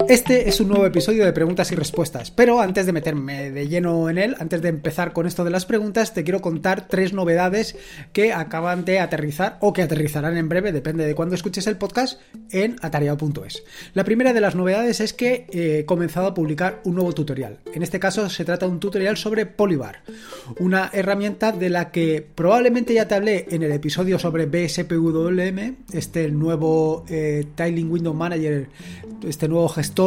Este es un nuevo episodio de preguntas y respuestas, pero antes de meterme de lleno en él, antes de empezar con esto de las preguntas, te quiero contar 3 novedades que acaban de aterrizar o que aterrizarán en breve, depende de cuándo escuches el podcast, en atareado.es. La primera de las novedades es que he comenzado a publicar un nuevo tutorial. En este caso se trata de un tutorial sobre Polybar, una herramienta de la que probablemente ya te hablé en el episodio sobre BSPWM, el nuevo Tiling Window Manager, este nuevo gestor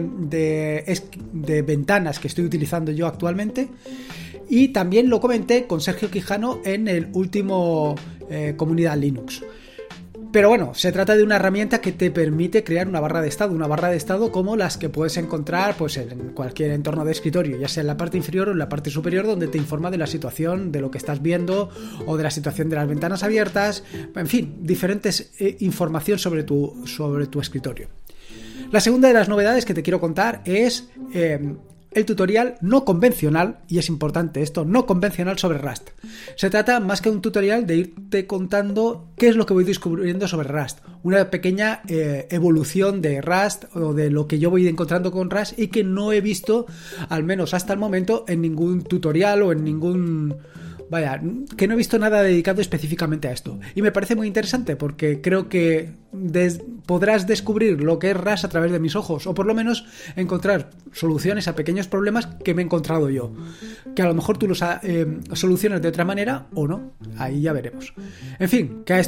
de ventanas que estoy utilizando yo actualmente, y también lo comenté con Sergio Quijano en el último Comunidad Linux. Pero bueno, se trata de una herramienta que te permite crear una barra de estado como las que puedes encontrar pues, en cualquier entorno de escritorio, ya sea en la parte inferior o en la parte superior, donde te informa de la situación, de lo que estás viendo o de la situación de las ventanas abiertas, en fin, diferentes información sobre tu escritorio. La segunda de las novedades que te quiero contar es el tutorial no convencional, y es importante esto, no convencional sobre Rust. Se trata más que un tutorial de irte contando qué es lo que voy descubriendo sobre Rust, una pequeña evolución de Rust o de lo que yo voy encontrando con Rust y que no he visto, al menos hasta el momento, en ningún tutorial o en ningún... Vaya, que no he visto nada dedicado específicamente a esto. Y me parece muy interesante porque creo que podrás descubrir lo que es Rust a través de mis ojos, o por lo menos encontrar soluciones a pequeños problemas que me he encontrado yo. Que a lo mejor tú los solucionas de otra manera o no. Ahí ya veremos. En fin, que a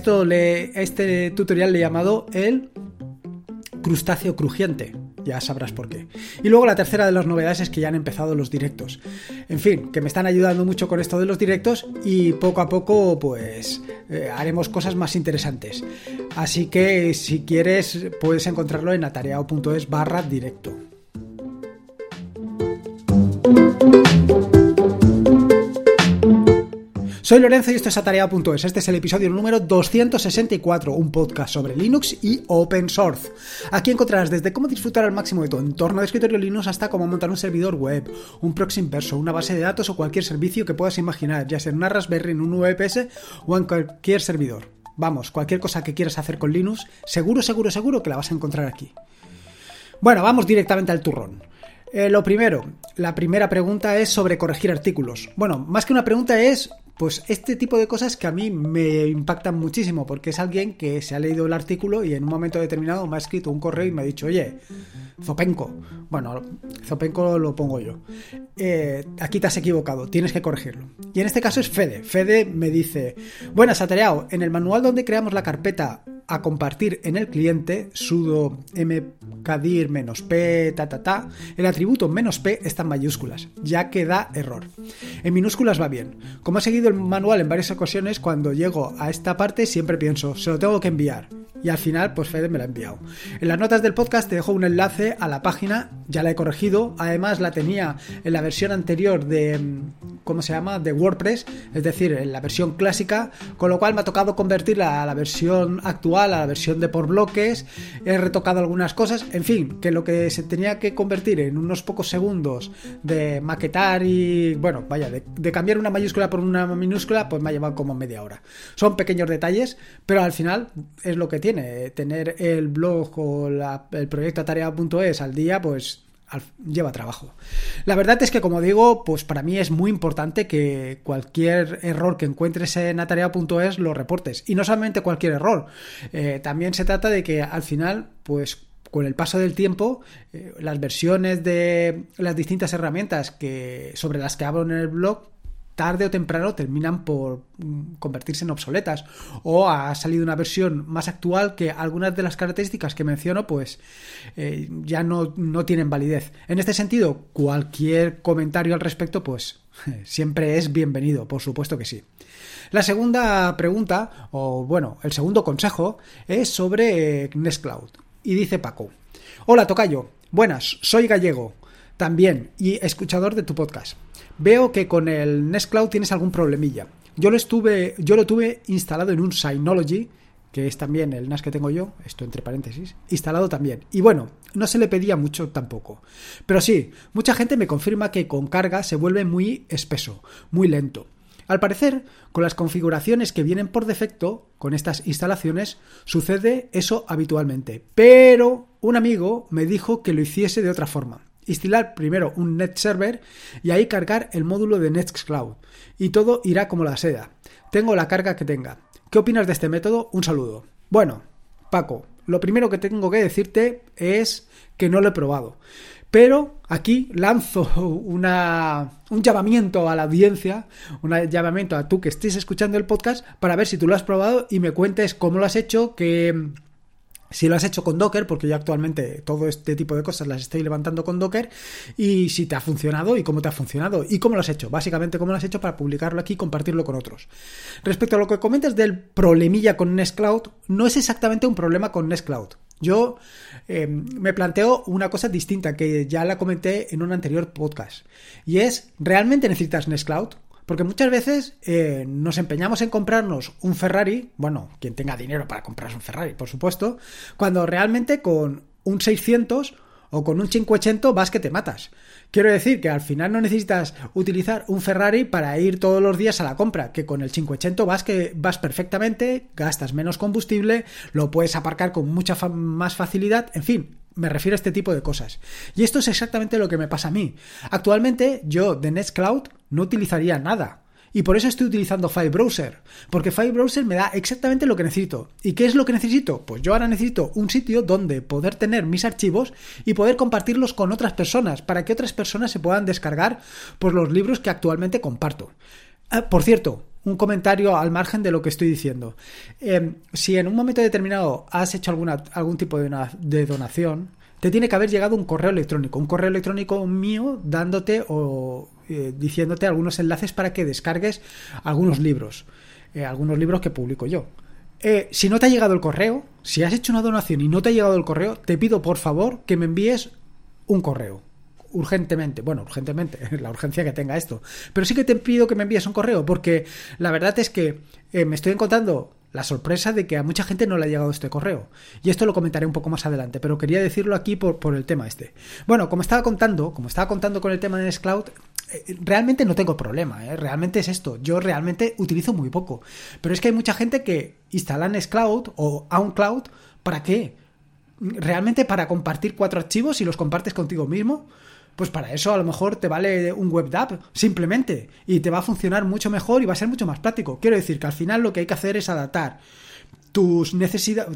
este tutorial le he llamado el crustáceo crujiente. Ya sabrás por qué. Y luego la tercera de las novedades es que ya han empezado los directos. En fin, que me están ayudando mucho con esto de los directos y poco a poco pues haremos cosas más interesantes. Así que si quieres puedes encontrarlo en atareado.es/directo. Soy Lorenzo y esto es atareado.es. Este es el episodio número 264, un podcast sobre Linux y Open Source. Aquí encontrarás desde cómo disfrutar al máximo de tu entorno de escritorio Linux hasta cómo montar un servidor web, un proxy inverso, una base de datos o cualquier servicio que puedas imaginar, ya sea en una Raspberry, en un VPS o en cualquier servidor. Vamos, cualquier cosa que quieras hacer con Linux, seguro que la vas a encontrar aquí. Bueno, vamos directamente al turrón. Lo primero, la primera pregunta es sobre corregir artículos. Bueno, más que una pregunta es... Pues este tipo de cosas que a mí me impactan muchísimo, porque es alguien que se ha leído el artículo y en un momento determinado me ha escrito un correo y me ha dicho, oye, Zopenco, bueno, Zopenco lo pongo yo, aquí te has equivocado, tienes que corregirlo. Y en este caso es Fede. Fede me dice, buenas, atareado, en el manual donde creamos la carpeta a compartir en el cliente, sudo mkdir -p el atributo -p está en mayúsculas, ya que da error. En minúsculas va bien. Como he seguido el manual en varias ocasiones, cuando llego a esta parte siempre pienso, se lo tengo que enviar. Y al final, pues Fede me la ha enviado. En las notas del podcast te dejo un enlace a la página, ya la he corregido. Además la tenía en la versión anterior de, ¿cómo se llama?, de WordPress, es decir, en la versión clásica, con lo cual me ha tocado convertirla a la versión actual, a la versión de por bloques. He retocado algunas cosas, en fin, que lo que se tenía que convertir en unos pocos segundos de maquetar y, bueno, vaya, de cambiar una mayúscula por una minúscula, pues me ha llevado como media hora. Son pequeños detalles, pero al final es lo que tiene. Tener el blog o el proyecto atareado.es al día, pues lleva trabajo. La verdad es que, como digo, pues para mí es muy importante que cualquier error que encuentres en atareado.es lo reportes. Y no solamente cualquier error. También se trata de que al final, pues con el paso del tiempo, las versiones de las distintas herramientas sobre las que hablo en el blog, tarde o temprano terminan por convertirse en obsoletas, o ha salido una versión más actual que algunas de las características que menciono pues ya no tienen validez. En este sentido, cualquier comentario al respecto pues siempre es bienvenido, por supuesto que sí. La segunda pregunta, o bueno, el segundo consejo es sobre Nextcloud, y dice Paco: hola tocayo, buenas, soy gallego también y escuchador de tu podcast. Veo que con el Nextcloud tienes algún problemilla. Yo lo tuve instalado en un Synology, que es también el NAS que tengo yo, esto entre paréntesis, instalado también. Y bueno, no se le pedía mucho tampoco. Pero sí, mucha gente me confirma que con carga se vuelve muy espeso, muy lento. Al parecer, con las configuraciones que vienen por defecto, con estas instalaciones, sucede eso habitualmente. Pero un amigo me dijo que lo hiciese de otra forma. Instalar primero un Net Server y ahí cargar el módulo de Nextcloud. Y todo irá como la seda. Tengo la carga que tenga. ¿Qué opinas de este método? Un saludo. Bueno, Paco, lo primero que tengo que decirte es que no lo he probado. Pero aquí lanzo un llamamiento a la audiencia, un llamamiento a tú que estés escuchando el podcast para ver si tú lo has probado y me cuentes cómo lo has hecho, si lo has hecho con Docker, porque yo actualmente todo este tipo de cosas las estoy levantando con Docker, y si te ha funcionado y cómo te ha funcionado y cómo lo has hecho, básicamente cómo lo has hecho para publicarlo aquí y compartirlo con otros. Respecto a lo que comentas del problemilla con Nextcloud, no es exactamente un problema con Nextcloud. Yo me planteo una cosa distinta que ya la comenté en un anterior podcast, y es, ¿realmente necesitas Nextcloud? Porque muchas veces nos empeñamos en comprarnos un Ferrari, bueno, quien tenga dinero para comprarse un Ferrari, por supuesto, cuando realmente con un 600 o con un 500 vas que te matas. Quiero decir que al final no necesitas utilizar un Ferrari para ir todos los días a la compra, que con el 500 vas perfectamente, gastas menos combustible, lo puedes aparcar con mucha más facilidad, en fin. Me refiero a este tipo de cosas. Y esto es exactamente lo que me pasa a mí. Actualmente yo de Nextcloud no utilizaría nada. Y por eso estoy utilizando FileBrowser. Porque FileBrowser me da exactamente lo que necesito. ¿Y qué es lo que necesito? Pues yo ahora necesito un sitio donde poder tener mis archivos y poder compartirlos con otras personas, para que otras personas se puedan descargar por los libros que actualmente comparto. Por cierto, un comentario al margen de lo que estoy diciendo. Si en un momento determinado has hecho algún tipo de donación, te tiene que haber llegado un correo electrónico mío dándote o diciéndote algunos enlaces para que descargues algunos libros que publico yo. Si no te ha llegado el correo, si has hecho una donación y no te ha llegado el correo, te pido por favor que me envíes un correo. Urgentemente, la urgencia que tenga esto, pero sí que te pido que me envíes un correo, porque la verdad es que me estoy encontrando la sorpresa de que a mucha gente no le ha llegado este correo, y esto lo comentaré un poco más adelante, pero quería decirlo aquí por el tema este. Bueno, como estaba contando con el tema de Nextcloud, realmente no tengo problema, realmente es esto, yo realmente utilizo muy poco, pero es que hay mucha gente que instala Nextcloud o OnCloud. ¿Para qué? ¿Realmente para compartir 4 archivos y los compartes contigo mismo? Pues para eso a lo mejor te vale un WebDAV simplemente, y te va a funcionar mucho mejor y va a ser mucho más práctico. Quiero decir que al final lo que hay que hacer es adaptar tus necesidades,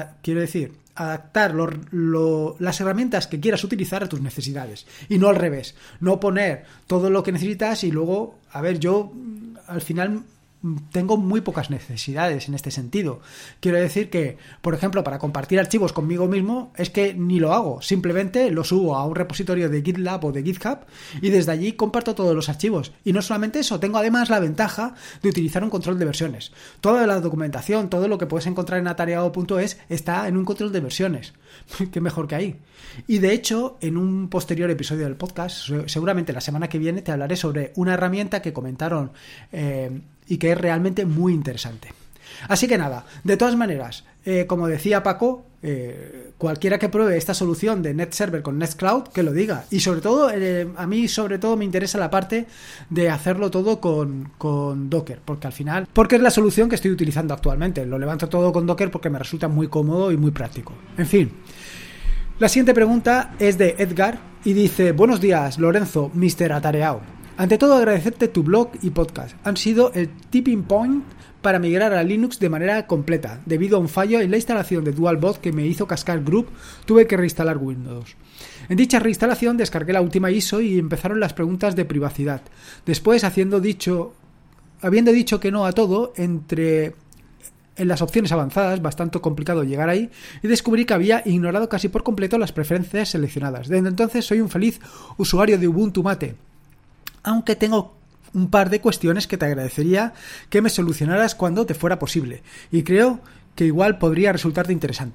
adaptar las herramientas que quieras utilizar a tus necesidades, y no al revés, no poner todo lo que necesitas y luego, yo al final tengo muy pocas necesidades en este sentido. Quiero decir que, por ejemplo, para compartir archivos conmigo mismo es que ni lo hago, simplemente lo subo a un repositorio de GitLab o de GitHub y desde allí comparto todos los archivos. Y no solamente eso, tengo además la ventaja de utilizar un control de versiones. Toda la documentación, todo lo que puedes encontrar en atareado.es está en un control de versiones. Qué mejor que ahí. Y de hecho, en un posterior episodio del podcast, seguramente la semana que viene, te hablaré sobre una herramienta que comentaron y que es realmente muy interesante. Así que nada, de todas maneras, como decía Paco, cualquiera que pruebe esta solución de NetServer con Nextcloud, que lo diga. Y sobre todo, a mí sobre todo me interesa la parte de hacerlo todo con Docker, porque es la solución que estoy utilizando actualmente. Lo levanto todo con Docker porque me resulta muy cómodo y muy práctico. En fin. La siguiente pregunta es de Edgar y dice: buenos días, Lorenzo, Mr. Atareado. Ante todo, agradecerte tu blog y podcast. Han sido el tipping point para migrar a Linux de manera completa. Debido a un fallo en la instalación de DualBoot que me hizo cascar Group, tuve que reinstalar Windows. En dicha reinstalación descargué la última ISO y empezaron las preguntas de privacidad. Después, habiendo dicho que no a todo, entré en las opciones avanzadas, bastante complicado llegar ahí, y descubrí que había ignorado casi por completo las preferencias seleccionadas. Desde entonces soy un feliz usuario de Ubuntu Mate, aunque tengo un par de cuestiones que te agradecería que me solucionaras cuando te fuera posible, y creo que igual podría resultarte interesante.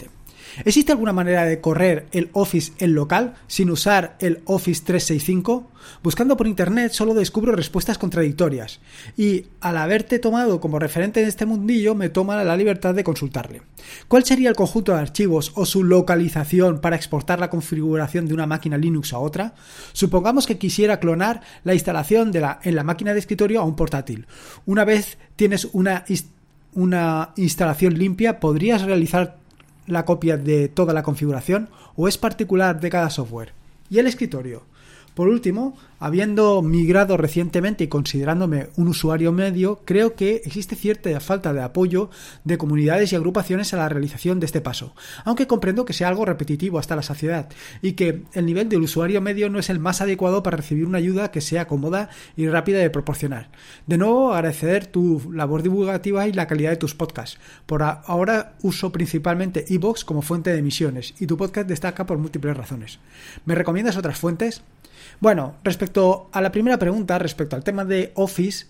¿Existe alguna manera de correr el Office en local sin usar el Office 365? Buscando por internet solo descubro respuestas contradictorias y al haberte tomado como referente en este mundillo me toma la libertad de consultarle. ¿Cuál sería el conjunto de archivos o su localización para exportar la configuración de una máquina Linux a otra? Supongamos que quisiera clonar la instalación en la máquina de escritorio a un portátil. Una vez tienes una instalación limpia, ¿podrías realizar la copia de toda la configuración o es particular de cada software? Y el escritorio. Por último, habiendo migrado recientemente y considerándome un usuario medio, creo que existe cierta falta de apoyo de comunidades y agrupaciones a la realización de este paso, aunque comprendo que sea algo repetitivo hasta la saciedad y que el nivel del usuario medio no es el más adecuado para recibir una ayuda que sea cómoda y rápida de proporcionar. De nuevo, agradecer tu labor divulgativa y la calidad de tus podcasts. Por ahora uso principalmente iVoox como fuente de emisiones y tu podcast destaca por múltiples razones. ¿Me recomiendas otras fuentes? Bueno, respecto a la primera pregunta, respecto al tema de Office,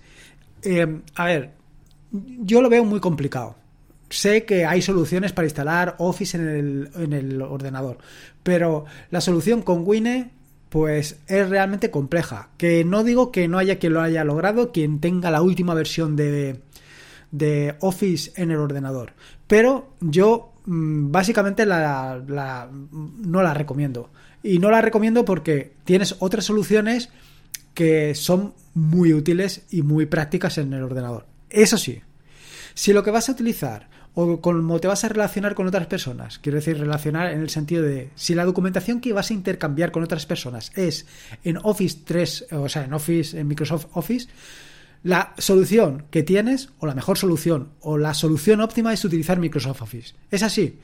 yo lo veo muy complicado. Sé que hay soluciones para instalar Office en el ordenador, pero la solución con Wine pues es realmente compleja. Que no digo que no haya quien lo haya logrado, quien tenga la última versión de Office en el ordenador, pero yo básicamente no la recomiendo. Y no la recomiendo porque tienes otras soluciones que son muy útiles y muy prácticas en el ordenador. Eso sí, si lo que vas a utilizar o cómo te vas a relacionar con otras personas, quiero decir relacionar en el sentido de si la documentación que vas a intercambiar con otras personas es en Office 3, o sea, en Microsoft Office, la solución que tienes, o la mejor solución, o la solución óptima es utilizar Microsoft Office. Es así.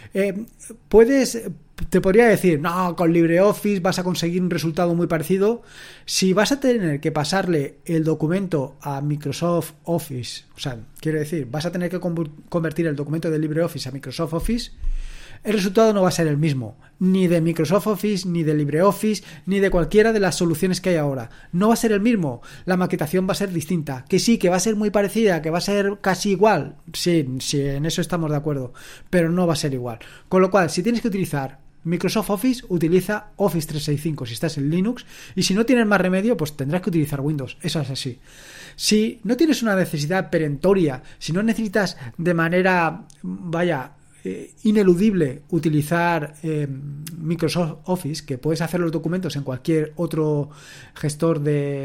Te podría decir, no, con LibreOffice vas a conseguir un resultado muy parecido. Si vas a tener que pasarle el documento a Microsoft Office, o sea, quiero decir, vas a tener que convertir el documento de LibreOffice a Microsoft Office, el resultado no va a ser el mismo, ni de Microsoft Office, ni de LibreOffice, ni de cualquiera de las soluciones que hay ahora. No va a ser el mismo, la maquetación va a ser distinta, que sí, que va a ser muy parecida, que va a ser casi igual, sí, en eso estamos de acuerdo, pero no va a ser igual. Con lo cual, si tienes que utilizar Microsoft Office, utiliza Office 365 si estás en Linux, y si no tienes más remedio, pues tendrás que utilizar Windows, eso es así. Si no tienes una necesidad perentoria, si no necesitas de manera, ineludible utilizar Microsoft Office, que puedes hacer los documentos en cualquier otro gestor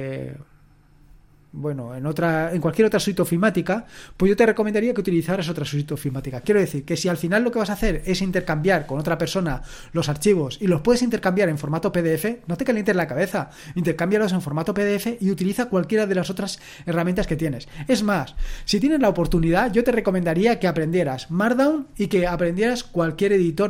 en cualquier otra suite ofimática, pues yo te recomendaría que utilizaras otra suite ofimática. Quiero decir que si al final lo que vas a hacer es intercambiar con otra persona los archivos y los puedes intercambiar en formato PDF, no te calientes la cabeza, intercámbialos en formato PDF y utiliza cualquiera de las otras herramientas que tienes. Es más, si tienes la oportunidad, yo te recomendaría que aprendieras Markdown y que aprendieras cualquier editor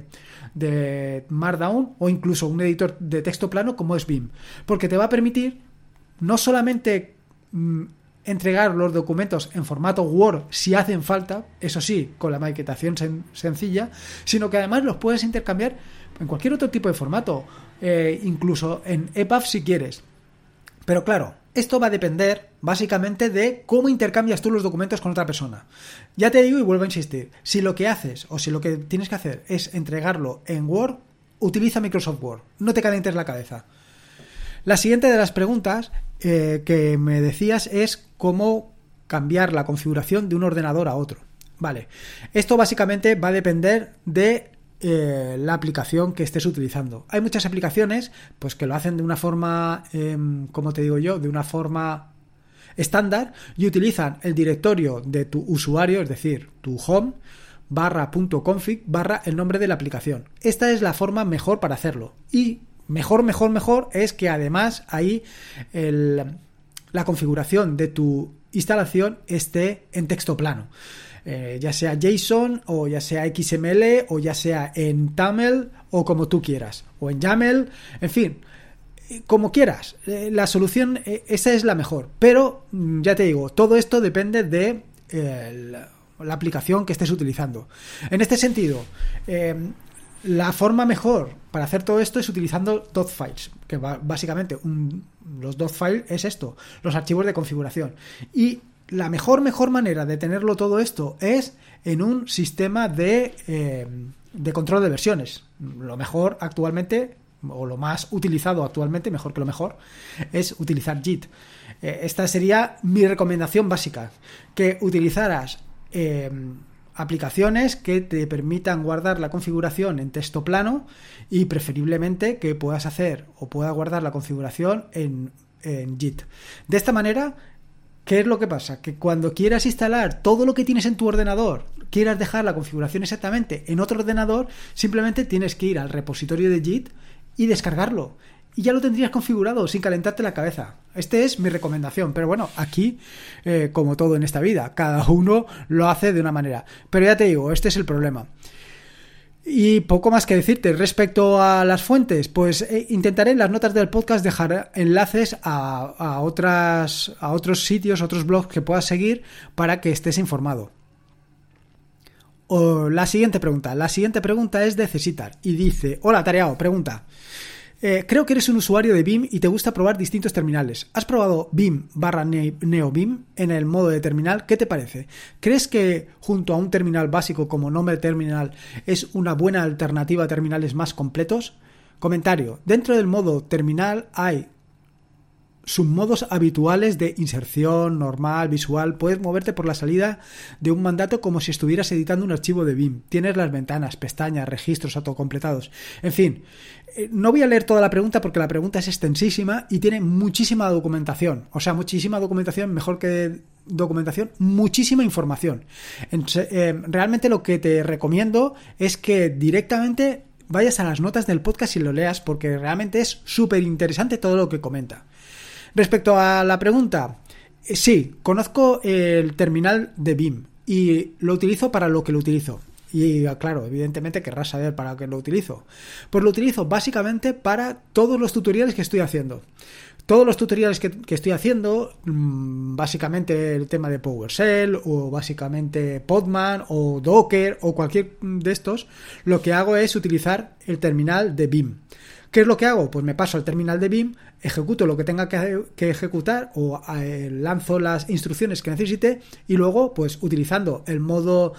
de Markdown o incluso un editor de texto plano como es Vim, porque te va a permitir no solamente entregar los documentos en formato Word si hacen falta, eso sí, con la maquetación sencilla, sino que además los puedes intercambiar en cualquier otro tipo de formato, incluso en EPUB si quieres. Pero claro, esto va a depender básicamente de cómo intercambias tú los documentos con otra persona. Ya te digo y vuelvo a insistir, si lo que haces o si lo que tienes que hacer es entregarlo en Word, utiliza Microsoft Word, no te calientes la cabeza. La siguiente de las preguntas que me decías es cómo cambiar la configuración de un ordenador a otro. Vale, esto básicamente va a depender de la aplicación que estés utilizando. Hay muchas aplicaciones pues que lo hacen de una forma, como te digo yo, de una forma estándar y utilizan el directorio de tu usuario, es decir, tu home, /.config, el nombre de la aplicación. Esta es la forma mejor para hacerlo. Y mejor es que además ahí la configuración de tu instalación esté en texto plano, ya sea JSON o ya sea XML o ya sea en TAML o como tú quieras, o en YAML, en fin, como quieras. La solución, esa es la mejor, pero ya te digo, todo esto depende de la aplicación que estés utilizando. En este sentido, la forma mejor para hacer todo esto es utilizando .files, que básicamente los .files es esto, los archivos de configuración. Y la mejor manera de tenerlo todo esto es en un sistema de de control de versiones. Lo mejor actualmente, o lo más utilizado actualmente, mejor que lo mejor, es utilizar Git. Esta sería mi recomendación básica, que utilizaras aplicaciones que te permitan guardar la configuración en texto plano y preferiblemente que puedas hacer o puedas guardar la configuración en Git. De esta manera, ¿qué es lo que pasa? Que cuando quieras instalar todo lo que tienes en tu ordenador, quieras dejar la configuración exactamente en otro ordenador, simplemente tienes que ir al repositorio de Git y descargarlo. Y ya lo tendrías configurado sin calentarte la cabeza. Esta es mi recomendación. Pero bueno, aquí, como todo en esta vida, cada uno lo hace de una manera. Pero ya te digo, este es el problema. Y poco más que decirte. Respecto a las fuentes, pues intentaré en las notas del podcast dejar enlaces a otros sitios, otros blogs que puedas seguir para que estés informado. La siguiente pregunta es de Cesitar y dice: hola Tareao, pregunta: creo que eres un usuario de Vim y te gusta probar distintos terminales. ¿Has probado Vim/NeoVim en el modo de terminal? ¿Qué te parece? ¿Crees que junto a un terminal básico como Nombre Terminal es una buena alternativa a terminales más completos? Comentario: dentro del modo terminal hay submodos habituales de inserción, normal, visual. Puedes moverte por la salida de un mandato como si estuvieras editando un archivo de Vim. Tienes las ventanas, pestañas, registros autocompletados. En fin, no voy a leer toda la pregunta porque la pregunta es extensísima y tiene muchísima documentación. O sea, muchísima documentación, mejor que documentación, muchísima información. Realmente lo que te recomiendo es que directamente vayas a las notas del podcast y lo leas, porque realmente es súper interesante todo lo que comenta. Respecto a la pregunta, sí, conozco el terminal de Vim y lo utilizo para lo que lo utilizo. Y claro, evidentemente querrás saber para qué lo utilizo. Pues lo utilizo básicamente para todos los tutoriales que estoy haciendo. Todos los tutoriales que estoy haciendo, básicamente el tema de PowerShell o básicamente Podman o Docker o cualquier de estos, lo que hago es utilizar el terminal de Vim. ¿Qué es lo que hago? Pues me paso al terminal de Vim, ejecuto lo que tenga que ejecutar o lanzo las instrucciones que necesite y luego, pues utilizando el modo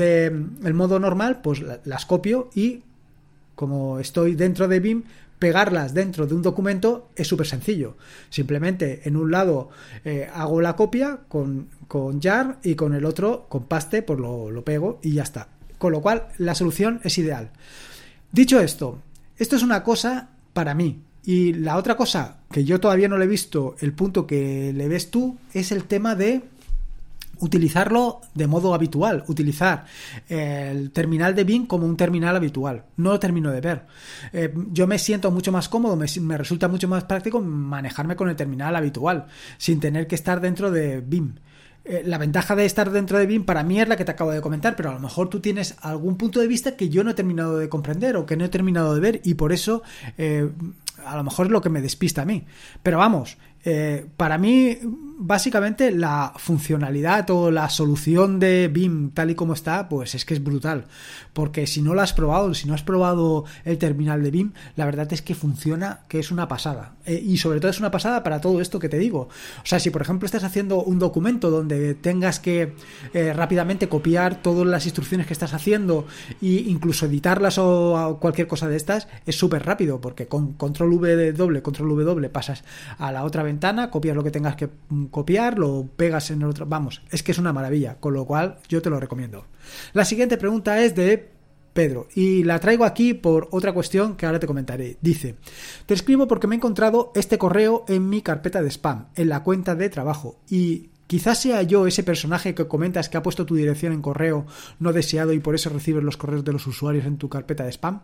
normal, pues las copio y como estoy dentro de Vim, pegarlas dentro de un documento es súper sencillo. Simplemente en un lado hago la copia con jar y con el otro, con paste, pues lo pego y ya está. Con lo cual la solución es ideal. Dicho esto es una cosa para mí. Y la otra cosa que yo todavía no le he visto, el punto que le ves tú, es el tema de utilizarlo de modo habitual, utilizar el terminal de Vim como un terminal habitual. No lo termino de ver. Yo me siento mucho más cómodo, me resulta mucho más práctico manejarme con el terminal habitual, sin tener que estar dentro de Vim. La ventaja de estar dentro de Vim para mí es la que te acabo de comentar, pero a lo mejor tú tienes algún punto de vista que yo no he terminado de comprender o que no he terminado de ver y por eso a lo mejor es lo que me despista a mí. Pero vamos, para mí básicamente la funcionalidad o la solución de Vim tal y como está, pues es que es brutal, porque si no lo has probado, si no has probado el terminal de Vim, la verdad es que funciona, que es una pasada, y sobre todo es una pasada para todo esto que te digo. O sea, si por ejemplo estás haciendo un documento donde tengas que rápidamente copiar todas las instrucciones que estás haciendo e incluso editarlas o cualquier cosa de estas, es súper rápido, porque con control W pasas a la otra ventana, copias lo que tengas que copiar, lo pegas en el otro. Vamos, es que es una maravilla, con lo cual yo te lo recomiendo. La siguiente pregunta es de Pedro y la traigo aquí por otra cuestión que ahora te comentaré. Dice: te escribo porque me he encontrado este correo en mi carpeta de spam, en la cuenta de trabajo, y quizás sea yo ese personaje que comentas que ha puesto tu dirección en correo no deseado y por eso recibes los correos de los usuarios en tu carpeta de spam.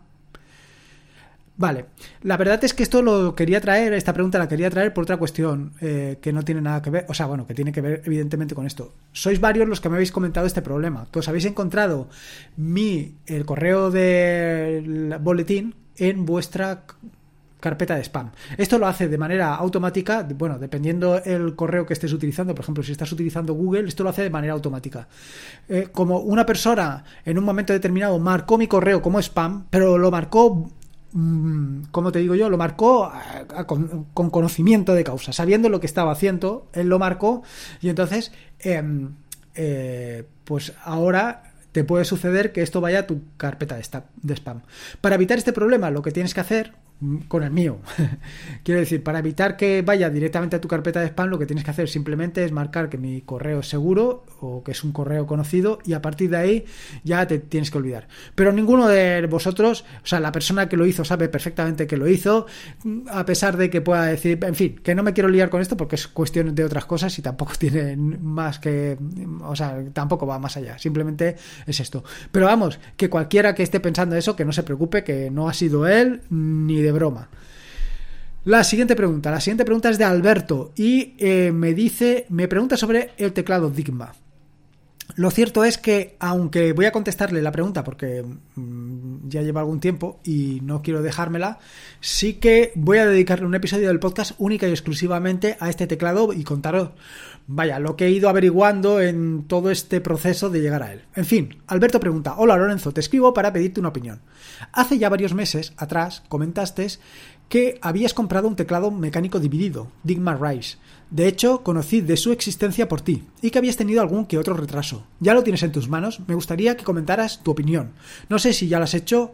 Vale, la verdad es que esta pregunta la quería traer por otra cuestión que no tiene nada que ver, o sea, bueno, que tiene que ver evidentemente con esto. Sois varios los que me habéis comentado este problema, que os habéis encontrado el correo del boletín en vuestra carpeta de spam. Esto lo hace de manera automática, bueno, dependiendo el correo que estés utilizando. Por ejemplo, si estás utilizando Google, esto lo hace de manera automática. Como una persona en un momento determinado marcó mi correo como spam, pero lo marcó, como te digo yo, lo marcó con conocimiento de causa, sabiendo lo que estaba haciendo, él lo marcó y entonces pues ahora te puede suceder que esto vaya a tu carpeta de spam. Para evitar este problema, lo que tienes que hacer, con el mío, quiero decir, para evitar que vaya directamente a tu carpeta de spam, lo que tienes que hacer simplemente es marcar que mi correo es seguro o que es un correo conocido, y a partir de ahí ya te tienes que olvidar. Pero ninguno de vosotros, o sea, la persona que lo hizo sabe perfectamente que lo hizo, a pesar de que pueda decir, en fin, que no me quiero liar con esto porque es cuestión de otras cosas y tampoco tiene más que, o sea, tampoco va más allá, simplemente es esto. Pero vamos, que cualquiera que esté pensando eso, que no se preocupe, que no ha sido él ni de broma. La siguiente pregunta es de Alberto y me pregunta sobre el teclado Digma. Lo cierto es que, aunque voy a contestarle la pregunta porque ya lleva algún tiempo y no quiero dejármela, sí que voy a dedicarle un episodio del podcast única y exclusivamente a este teclado y contaros, vaya, lo que he ido averiguando en todo este proceso de llegar a él. En fin, Alberto pregunta: hola Lorenzo, te escribo para pedirte una opinión. Hace ya varios meses atrás comentaste que habías comprado un teclado mecánico dividido, Digma Rise. De hecho, conocí de su existencia por ti y que habías tenido algún que otro retraso. Ya lo tienes en tus manos, me gustaría que comentaras tu opinión. No sé si ya lo has hecho,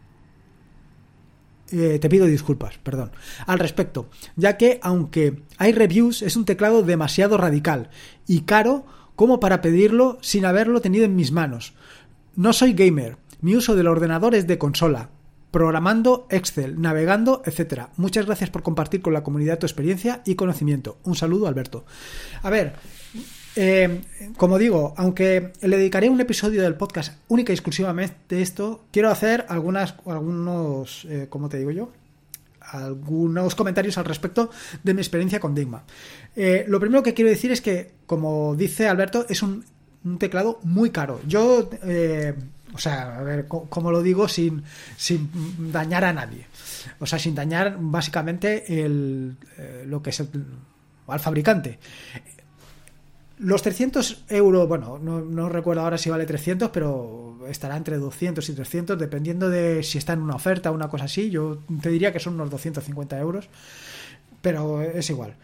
te pido disculpas, perdón, al respecto, ya que aunque hay reviews, es un teclado demasiado radical y caro como para pedirlo sin haberlo tenido en mis manos. No soy gamer, mi uso del ordenador es de consola, programando, Excel, navegando, etcétera. Muchas gracias por compartir con la comunidad tu experiencia y conocimiento. Un saludo, Alberto. A ver, como digo, aunque le dedicaré un episodio del podcast única y exclusivamente a esto, quiero hacer algunos, ¿cómo te digo yo? Algunos comentarios al respecto de mi experiencia con Digma. Lo primero que quiero decir es que, como dice Alberto, es un teclado muy caro. Yo... o sea, a ver, ¿cómo lo digo sin dañar a nadie? O sea, sin dañar básicamente lo que es al fabricante. Los 300 euros, bueno, no recuerdo ahora si vale 300, pero estará entre 200 y 300, dependiendo de si está en una oferta o una cosa así. Yo te diría que son unos 250 euros, pero es igual.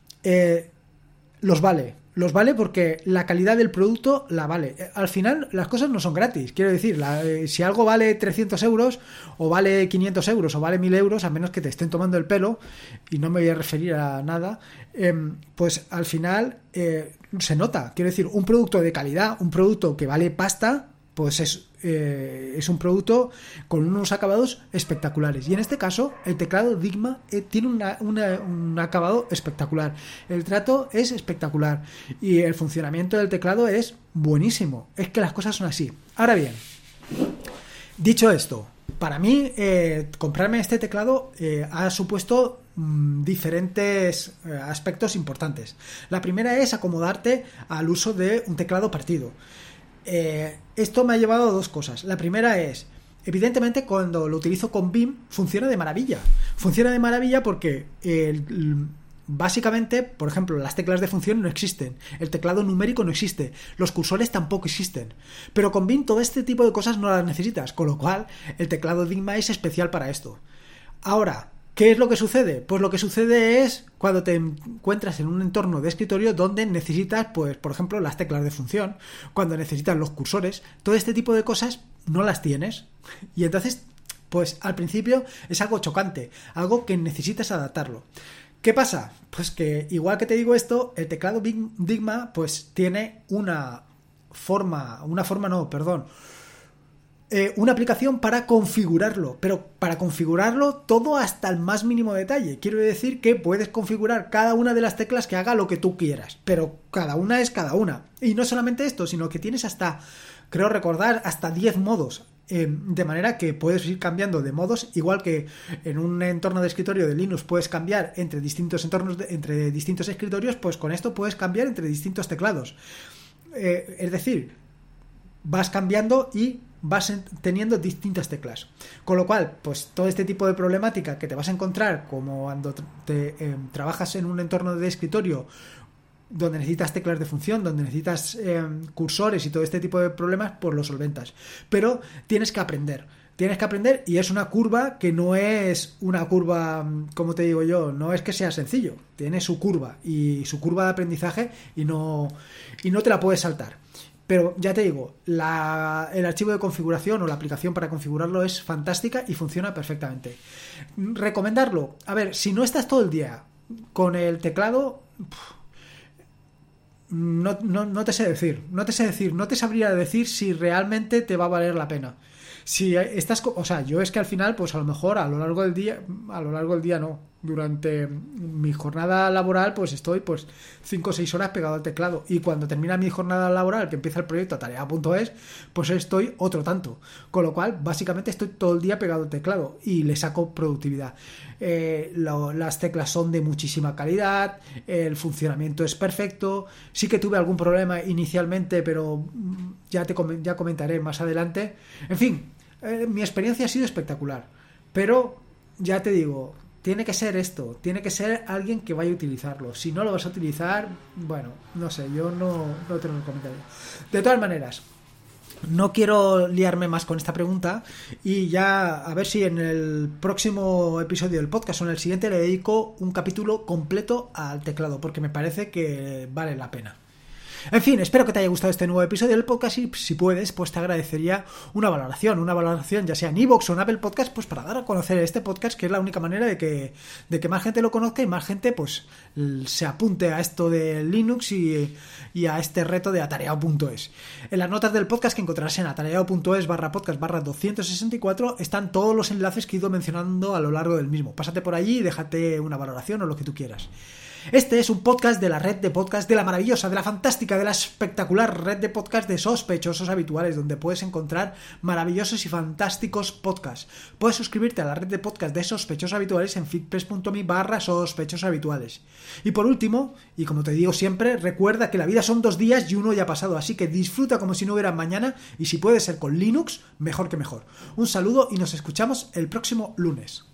Los vale porque la calidad del producto la vale. Al final las cosas no son gratis, quiero decir, si algo vale 300 euros o vale 500 euros o vale 1000 euros, a menos que te estén tomando el pelo, y no me voy a referir a nada, pues al final se nota. Quiero decir, un producto de calidad, un producto que vale pasta, pues es un producto con unos acabados espectaculares. Y en este caso, el teclado Digma tiene un acabado espectacular. El trato es espectacular. Y el funcionamiento del teclado es buenísimo. Es que las cosas son así. Ahora bien, dicho esto, para mí, comprarme este teclado ha supuesto diferentes aspectos importantes. La primera es acomodarte al uso de un teclado partido. Esto me ha llevado a dos cosas. La primera es, evidentemente, cuando lo utilizo con BIM, funciona de maravilla. Funciona de maravilla porque básicamente, por ejemplo, las teclas de función no existen, el teclado numérico no existe, los cursores tampoco existen. Pero con BIM todo este tipo de cosas no las necesitas, con lo cual el teclado Digma es especial para esto. Ahora, ¿qué es lo que sucede? Pues lo que sucede es cuando te encuentras en un entorno de escritorio donde necesitas, pues, por ejemplo, las teclas de función, cuando necesitas los cursores, todo este tipo de cosas no las tienes. Y entonces, pues al principio es algo chocante, algo que necesitas adaptarlo. ¿Qué pasa? Pues que, igual que te digo esto, el teclado Digma pues tiene una aplicación para configurarlo, pero para configurarlo todo hasta el más mínimo detalle. Quiero decir que puedes configurar cada una de las teclas que haga lo que tú quieras, pero cada una es cada una. Y no solamente esto, sino que tienes hasta, creo recordar, hasta 10 modos. De manera que puedes ir cambiando de modos, igual que en un entorno de escritorio de Linux puedes cambiar entre distintos entre distintos escritorios, pues con esto puedes cambiar entre distintos teclados. Es decir, vas cambiando y vas teniendo distintas teclas. Con lo cual, pues todo este tipo de problemática que te vas a encontrar como cuando trabajas en un entorno de escritorio donde necesitas teclas de función, donde necesitas cursores y todo este tipo de problemas, pues lo solventas. Pero tienes que aprender y es una curva que no es una curva, como te digo yo, no es que sea sencillo, tiene su curva y su curva de aprendizaje y no te la puedes saltar. Pero ya te digo, el archivo de configuración o la aplicación para configurarlo es fantástica y funciona perfectamente. ¿Recomendarlo? A ver, si no estás todo el día con el teclado, no te sé decir. No te sabría decir si realmente te va a valer la pena. Si estás, o sea, yo es que al final, pues a lo mejor a lo largo del día no, durante mi jornada laboral, pues estoy pues 5 o 6 horas pegado al teclado, y cuando termina mi jornada laboral, que empieza el proyecto Tarea.es, pues estoy otro tanto, con lo cual básicamente estoy todo el día pegado al teclado y le saco productividad. Las teclas son de muchísima calidad, el funcionamiento es perfecto. Sí que tuve algún problema inicialmente, pero ya comentaré más adelante. En fin, mi experiencia ha sido espectacular, pero ya te digo, tiene que ser alguien que vaya a utilizarlo. Si no lo vas a utilizar, bueno, no sé, yo no te lo recomendaría. De todas maneras, no quiero liarme más con esta pregunta, y ya a ver si en el próximo episodio del podcast o en el siguiente le dedico un capítulo completo al teclado, porque me parece que vale la pena. En fin, espero que te haya gustado este nuevo episodio del podcast, y si puedes, pues te agradecería una valoración ya sea en iVoox o en Apple Podcast, pues para dar a conocer este podcast, que es la única manera de que más gente lo conozca y más gente pues se apunte a esto de Linux y a este reto de Atareado.es. En las notas del podcast, que encontrarás en atareado.es/podcast/264, están todos los enlaces que he ido mencionando a lo largo del mismo. Pásate por allí y déjate una valoración o lo que tú quieras. Este es un podcast de la red de podcast, de la maravillosa, de la fantástica, de la espectacular red de podcast de Sospechosos Habituales, donde puedes encontrar maravillosos y fantásticos podcasts. Puedes suscribirte a la red de podcast de Sospechosos Habituales en feedpress.me/sospechosos habituales. Y por último, y como te digo siempre, recuerda que la vida son 2 días y uno ya ha pasado, así que disfruta como si no hubiera mañana, y si puede ser con Linux, mejor que mejor. Un saludo y nos escuchamos el próximo lunes.